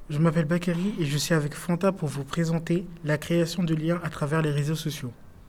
Je m'appelle Bakary et je suis avec Fanta pour vous présenter la création de liens à travers les réseaux sociaux.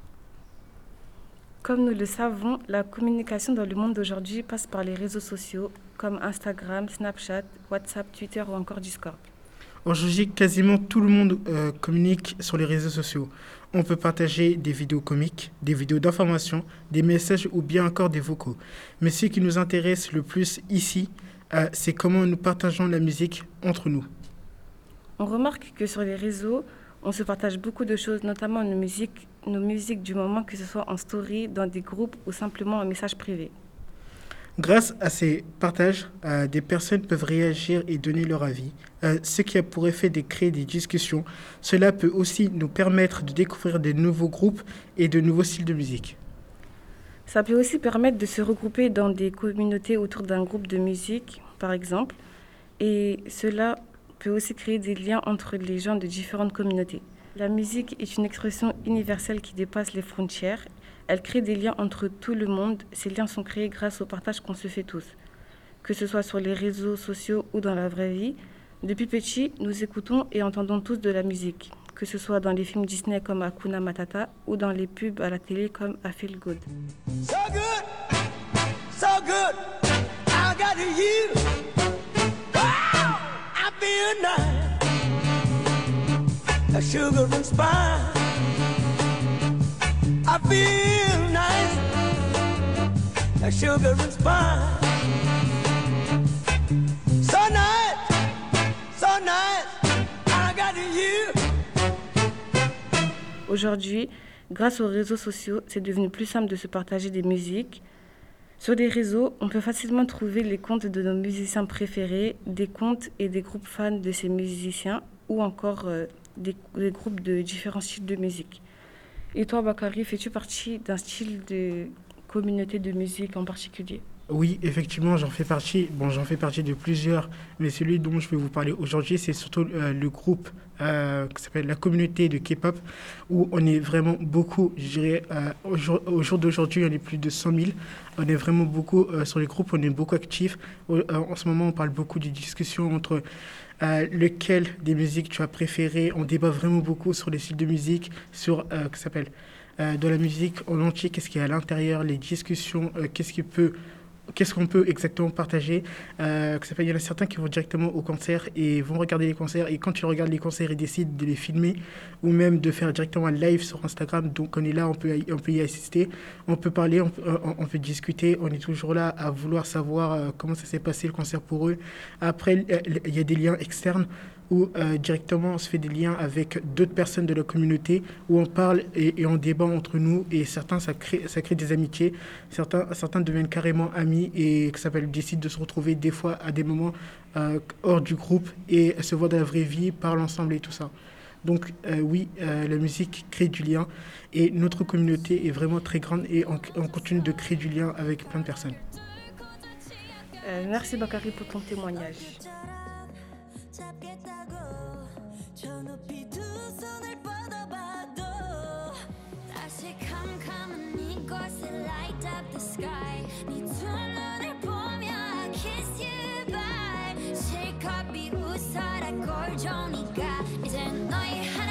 Comme nous le savons, la communication dans le monde d'aujourd'hui passe par les réseaux sociaux comme Instagram, Snapchat, WhatsApp, Twitter ou encore Discord. Aujourd'hui, quasiment tout le monde communique sur les réseaux sociaux. On peut partager des vidéos comiques, des vidéos d'information, des messages ou bien encore des vocaux. Mais ce qui nous intéresse le plus ici, c'est comment nous partageons la musique entre nous. On remarque que sur les réseaux, on se partage beaucoup de choses, notamment nos musiques du moment, que ce soit en story, dans des groupes ou simplement en message privé. Grâce à ces partages, des personnes peuvent réagir et donner leur avis, ce qui a pour effet de créer des discussions. Cela peut aussi nous permettre de découvrir de nouveaux groupes et de nouveaux styles de musique. Ça peut aussi permettre de se regrouper dans des communautés autour d'un groupe de musique, par exemple, et cela peut aussi créer des liens entre les gens de différentes communautés. La musique est une expression universelle qui dépasse les frontières. Elle crée des liens entre tout le monde. Ces liens sont créés grâce au partage qu'on se fait tous, que ce soit sur les réseaux sociaux ou dans la vraie vie. Depuis petit, nous écoutons et entendons tous de la musique, que ce soit dans les films Disney comme Hakuna Matata ou dans les pubs à la télé comme I Feel Good. So good, I got you. Wow, I feel nice, a sugar and spice. I feel nice, a sugar and spice. So nice, I got you. Aujourd'hui, grâce aux réseaux sociaux, c'est devenu plus simple de se partager des musiques. Sur les réseaux, on peut facilement trouver les comptes de nos musiciens préférés, des comptes et des groupes fans de ces musiciens ou encore des groupes de différents styles de musique. Et toi, Bakary, fais-tu partie d'un style de communauté de musique en particulier ? Oui, effectivement, j'en fais partie. Bon, j'en fais partie de plusieurs, mais celui dont je vais vous parler aujourd'hui, c'est surtout le groupe qui s'appelle la communauté de K-pop, où on est vraiment beaucoup, je dirais, au jour d'aujourd'hui, on est plus de 100 000. On est vraiment beaucoup sur les groupes, on est beaucoup actifs. En ce moment, on parle beaucoup des discussions entre lequel des musiques tu as préféré. On débat vraiment beaucoup sur les styles de musique, sur qui s'appelle de la musique en entier, qu'est-ce qu'il y a à l'intérieur, les discussions, qu'est-ce qu'on peut exactement partager. Il y en a certains qui vont directement au concert et vont regarder les concerts. Et quand tu regardes les concerts, ils décident de les filmer ou même de faire directement un live sur Instagram. Donc on est là, on peut y assister, on peut parler, on peut discuter. On est toujours là à vouloir savoir comment ça s'est passé le concert pour eux. Après, il y a des liens externes où directement on se fait des liens avec d'autres personnes de la communauté, où on parle et on débat entre nous, et certains, ça crée des amitiés, certains deviennent carrément amis et décident de se retrouver des fois à des moments hors du groupe et se voir dans la vraie vie, parlent ensemble et tout ça. Donc oui, la musique crée du lien et notre communauté est vraiment très grande et on continue de créer du lien avec plein de personnes. Merci Bakary pour ton témoignage. 저 높이 두 손을 뻗어봐도 다시 캄캄한 이곳에 light up the sky 네 두 눈을 보며 I kiss you bye 실컷 비웃어라 꼴 좋으니까 이제 너의